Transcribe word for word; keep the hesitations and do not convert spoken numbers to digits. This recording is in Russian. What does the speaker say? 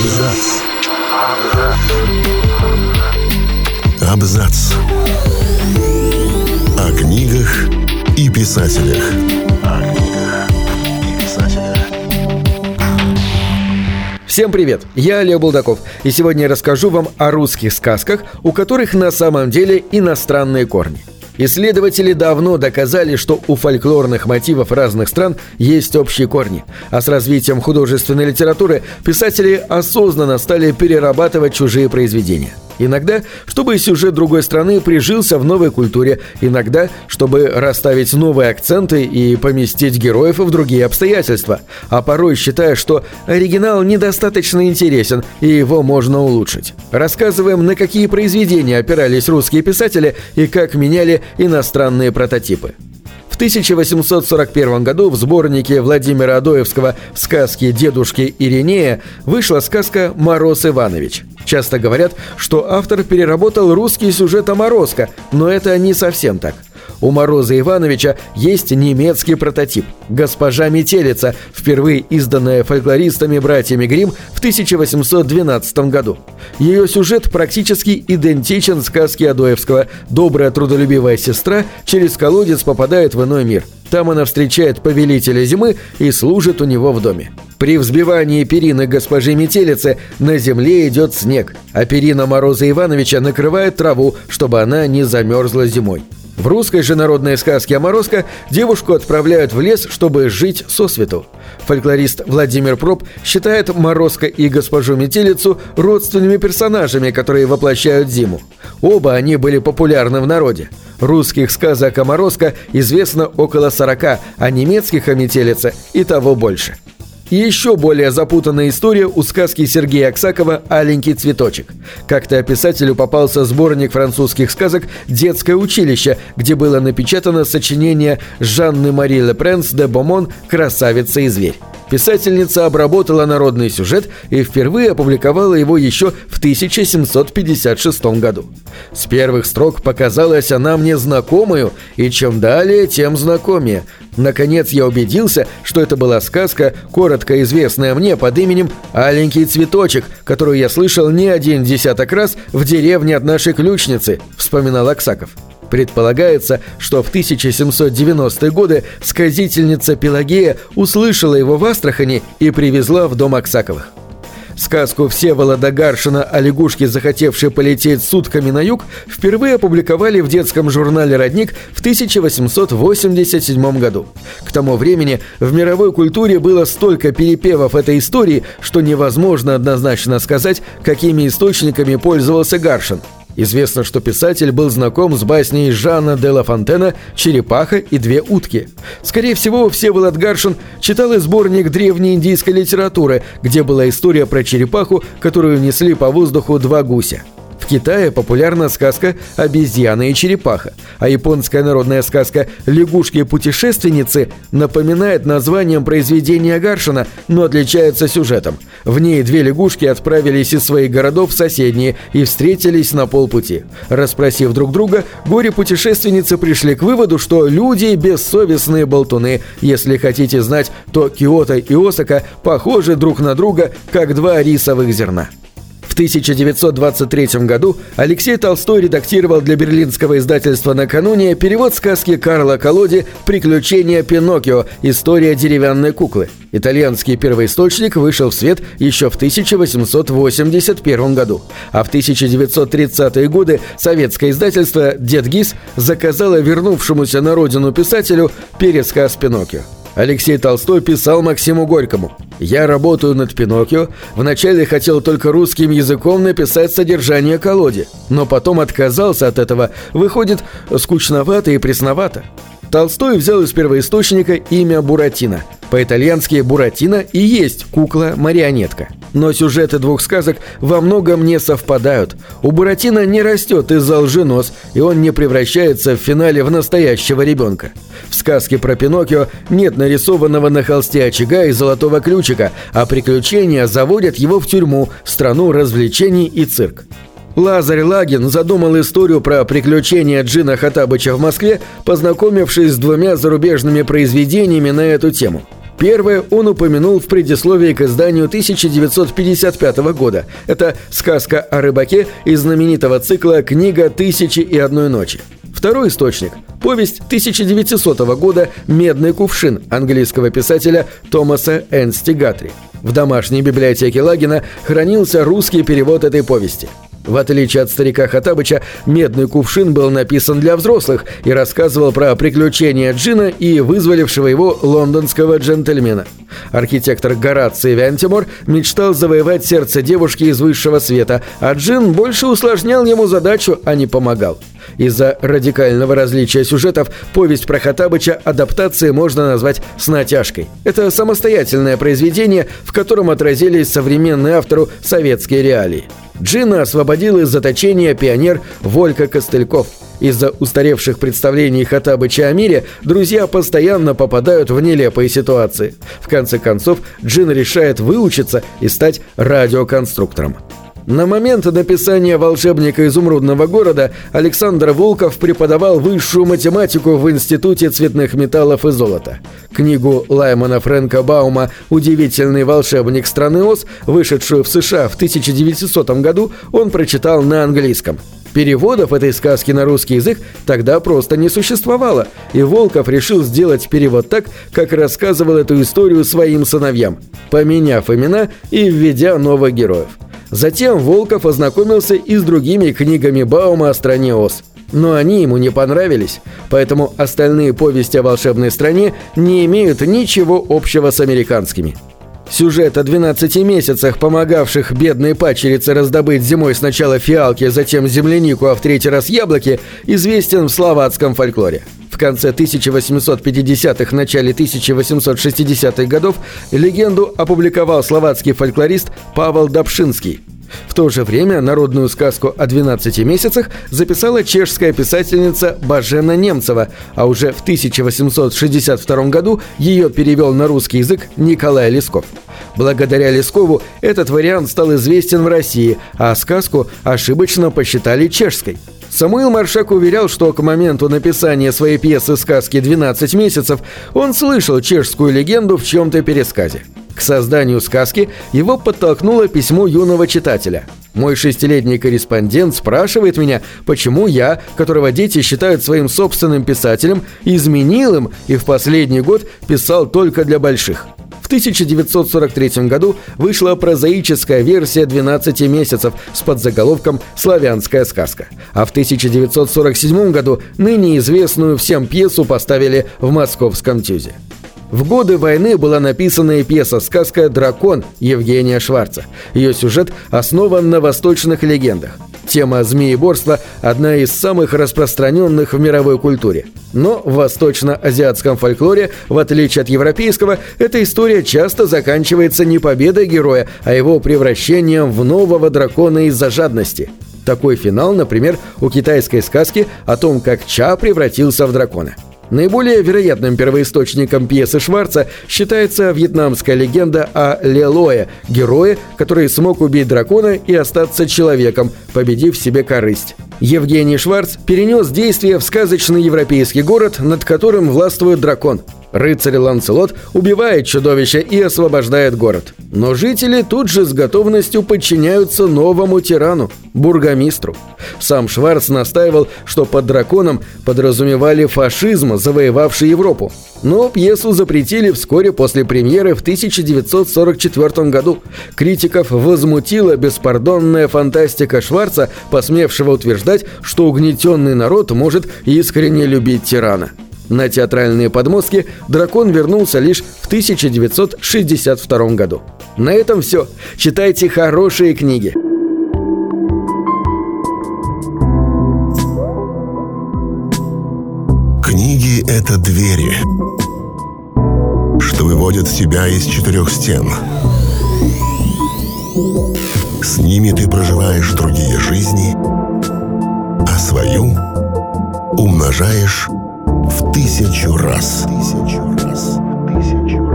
Абзац. Абзац. О книгах и писателях. О книгах и писателях. Всем привет, я Олег Булдаков, и сегодня я расскажу вам о русских сказках, у которых на самом деле иностранные корни. Исследователи давно доказали, что у фольклорных мотивов разных стран есть общие корни, а с развитием художественной литературы писатели осознанно стали перерабатывать чужие произведения. Иногда, чтобы сюжет другой страны прижился в новой культуре, иногда, чтобы расставить новые акценты и поместить героев в другие обстоятельства, а порой считая, что оригинал недостаточно интересен и его можно улучшить. Рассказываем, на какие произведения опирались русские писатели и как меняли иностранные прототипы. В тысяча восемьсот сорок первом году в сборнике Владимира Адоевского «Сказки дедушки Иринея» вышла сказка «Мороз Иванович». Часто говорят, что автор переработал русский сюжет о Морозко, но это не совсем так. У Мороза Ивановича есть немецкий прототип – «Госпожа Метелица», впервые изданная фольклористами-братьями Гримм в тысяча восемьсот двенадцатом году. Ее сюжет практически идентичен сказке Адоевского. Добрая трудолюбивая сестра через колодец попадает в иной мир. Там она встречает повелителя зимы и служит у него в доме. При взбивании перины госпожи Метелицы на земле идет снег, а перина Мороза Ивановича накрывает траву, чтобы она не замерзла зимой. В русской же народной сказке о Морозко девушку отправляют в лес, чтобы жить сосвету. Фольклорист Владимир Проб считает Морозко и госпожу Метелицу родственными персонажами, которые воплощают зиму. Оба они были популярны в народе. Русских сказок о Морозко известно около сорока, а немецких о Метелице и того больше. И еще более запутанная история у сказки Сергея Аксакова «Аленький цветочек». Как-то писателю попался сборник французских сказок «Детское училище», где было напечатано сочинение Жанны Мари Ле Пренс де Бомон «Красавица и зверь». Писательница обработала народный сюжет и впервые опубликовала его еще в тысяча семьсот пятьдесят шестом году. С первых строк показалась она мне знакомою, и чем далее, тем знакомее. Наконец я убедился, что это была сказка, коротко известная мне под именем «Аленький цветочек», которую я слышал не один десяток раз в деревне от нашей ключницы, вспоминал Аксаков. Предполагается, что в тысяча семьсот девяностые годы сказительница Пелагея услышала его в Астрахани и привезла в дом Аксаковых. Сказку Всеволода Гаршина о лягушке, захотевшей полететь сутками на юг, впервые опубликовали в детском журнале «Родник» в тысяча восемьсот восемьдесят седьмом году. К тому времени в мировой культуре было столько перепевов этой истории, что невозможно однозначно сказать, какими источниками пользовался Гаршин. Известно, что писатель был знаком с басней Жана де ла Фонтена «Черепаха и две утки». Скорее всего, Всеволод Гаршин читал и сборник древней индийской литературы, где была история про черепаху, которую несли по воздуху два гуся. В Китае популярна сказка «Обезьяна и черепаха», а японская народная сказка «Лягушки-путешественницы» напоминает названием произведения Гаршина, но отличается сюжетом. В ней две лягушки отправились из своих городов в соседние и встретились на полпути. Расспросив друг друга, горе-путешественницы пришли к выводу, что люди – бессовестные болтуны. Если хотите знать, то Киото и Осака похожи друг на друга, как два рисовых зерна. В тысяча девятьсот двадцать третьем году Алексей Толстой редактировал для берлинского издательства «Накануне» перевод сказки Карла Колоди «Приключения Пиноккио. История деревянной куклы». Итальянский первоисточник вышел в свет еще в тысяча восемьсот восемьдесят первом году, а в тысяча девятьсот тридцатые годы советское издательство «Дед Гис» заказало вернувшемуся на родину писателю пересказ Пиноккио. Алексей Толстой писал Максиму Горькому: «Я работаю над Пиноккио. Вначале хотел только русским языком написать содержание колоди, но потом отказался от этого. Выходит, скучновато и пресновато». Толстой взял из первоисточника имя Буратино. По-итальянски «Буратино» и есть кукла-марионетка. Но сюжеты двух сказок во многом не совпадают. У Буратино не растет из-за лжи нос, и он не превращается в финале в настоящего ребенка. В сказке про Пиноккио нет нарисованного на холсте очага и золотого ключика, а приключения заводят его в тюрьму, страну развлечений и цирк. Лазарь Лагин задумал историю про приключения Джина Хоттабыча в Москве, познакомившись с двумя зарубежными произведениями на эту тему. Первое он упомянул в предисловии к изданию тысяча девятьсот пятьдесят пятого года. Это «Сказка о рыбаке» из знаменитого цикла «Книга тысячи и одной ночи». Второй источник – повесть тысяча девятисотого года «Медный кувшин» английского писателя Томаса Энсти Гатри. В домашней библиотеке Лагина хранился русский перевод этой повести. В отличие от старика Хоттабыча, «Медный кувшин» был написан для взрослых и рассказывал про приключения Джина и вызволившего его лондонского джентльмена. Архитектор Гораций Вентимор мечтал завоевать сердце девушки из высшего света, а Джин больше усложнял ему задачу, а не помогал. Из-за радикального различия сюжетов повесть про Хоттабыча адаптацией можно назвать с натяжкой. Это самостоятельное произведение, в котором отразились современные автору советские реалии. Джина освободил из заточения пионер Волька Костыльков. Из-за устаревших представлений Хоттабыча о мире друзья постоянно попадают в нелепые ситуации. В конце концов, Джин решает выучиться и стать радиоконструктором. На момент написания «Волшебника изумрудного города» Александр Волков преподавал высшую математику в Институте цветных металлов и золота. Книгу Лаймана Фрэнка Баума «Удивительный волшебник страны Оз», вышедшую в США в тысяча девятисотом году, он прочитал на английском. Переводов этой сказки на русский язык тогда просто не существовало, и Волков решил сделать перевод так, как рассказывал эту историю своим сыновьям, поменяв имена и введя новых героев. Затем Волков ознакомился и с другими книгами Баума о стране Оз. Но они ему не понравились, поэтому остальные повести о волшебной стране не имеют ничего общего с американскими. Сюжет о двенадцати месяцах, помогавших бедной падчерице раздобыть зимой сначала фиалки, затем землянику, а в третий раз яблоки, известен в словацком фольклоре. В конце тысяча восемьсот пятидесятых – начале тысяча восемьсот шестидесятых годов легенду опубликовал словацкий фольклорист Павел Добшинский. В то же время народную сказку о двенадцати месяцах записала чешская писательница Бажена Немцева, а уже в тысяча восемьсот шестьдесят втором году ее перевел на русский язык Николай Лесков. Благодаря Лескову этот вариант стал известен в России, а сказку ошибочно посчитали чешской. Самуил Маршак уверял, что к моменту написания своей пьесы сказки «двенадцать месяцев» он слышал чешскую легенду в чем-то пересказе. К созданию сказки его подтолкнуло письмо юного читателя. «Мой шестилетний корреспондент спрашивает меня, почему я, которого дети считают своим собственным писателем, изменил им и в последний год писал только для больших». В тысяча девятьсот сорок третьем году вышла прозаическая версия «двенадцати месяцев» с подзаголовком «Славянская сказка», а в тысяча девятьсот сорок седьмом году ныне известную всем пьесу поставили в московском ТЮЗе. В годы войны была написана и пьеса-сказка «Дракон» Евгения Шварца. Ее сюжет основан на восточных легендах. Тема змееборства – одна из самых распространенных в мировой культуре. Но в восточно-азиатском фольклоре, в отличие от европейского, эта история часто заканчивается не победой героя, а его превращением в нового дракона из-за жадности. Такой финал, например, у китайской сказки о том, как Ча превратился в дракона. Наиболее вероятным первоисточником пьесы Шварца считается вьетнамская легенда о Лелое, герое, который смог убить дракона и остаться человеком, победив в себе корысть. Евгений Шварц перенес действие в сказочный европейский город, над которым властвует дракон. Рыцарь Ланселот убивает чудовище и освобождает город. Но жители тут же с готовностью подчиняются новому тирану – бургомистру. Сам Шварц настаивал, что под драконом подразумевали фашизм, завоевавший Европу. Но пьесу запретили вскоре после премьеры в тысяча девятьсот сорок четвёртом году. Критиков возмутила беспардонная фантастика Шварца, посмевшего утверждать, что угнетенный народ может искренне любить тирана. На театральные подмостки дракон вернулся лишь в тысяча девятьсот шестьдесят втором году. На этом все. Читайте хорошие книги. Книги — это двери, что выводят тебя из четырех стен. С ними ты проживаешь другие жизни, а свою умножаешь в тысячу раз. Тысячу раз. Тысячу.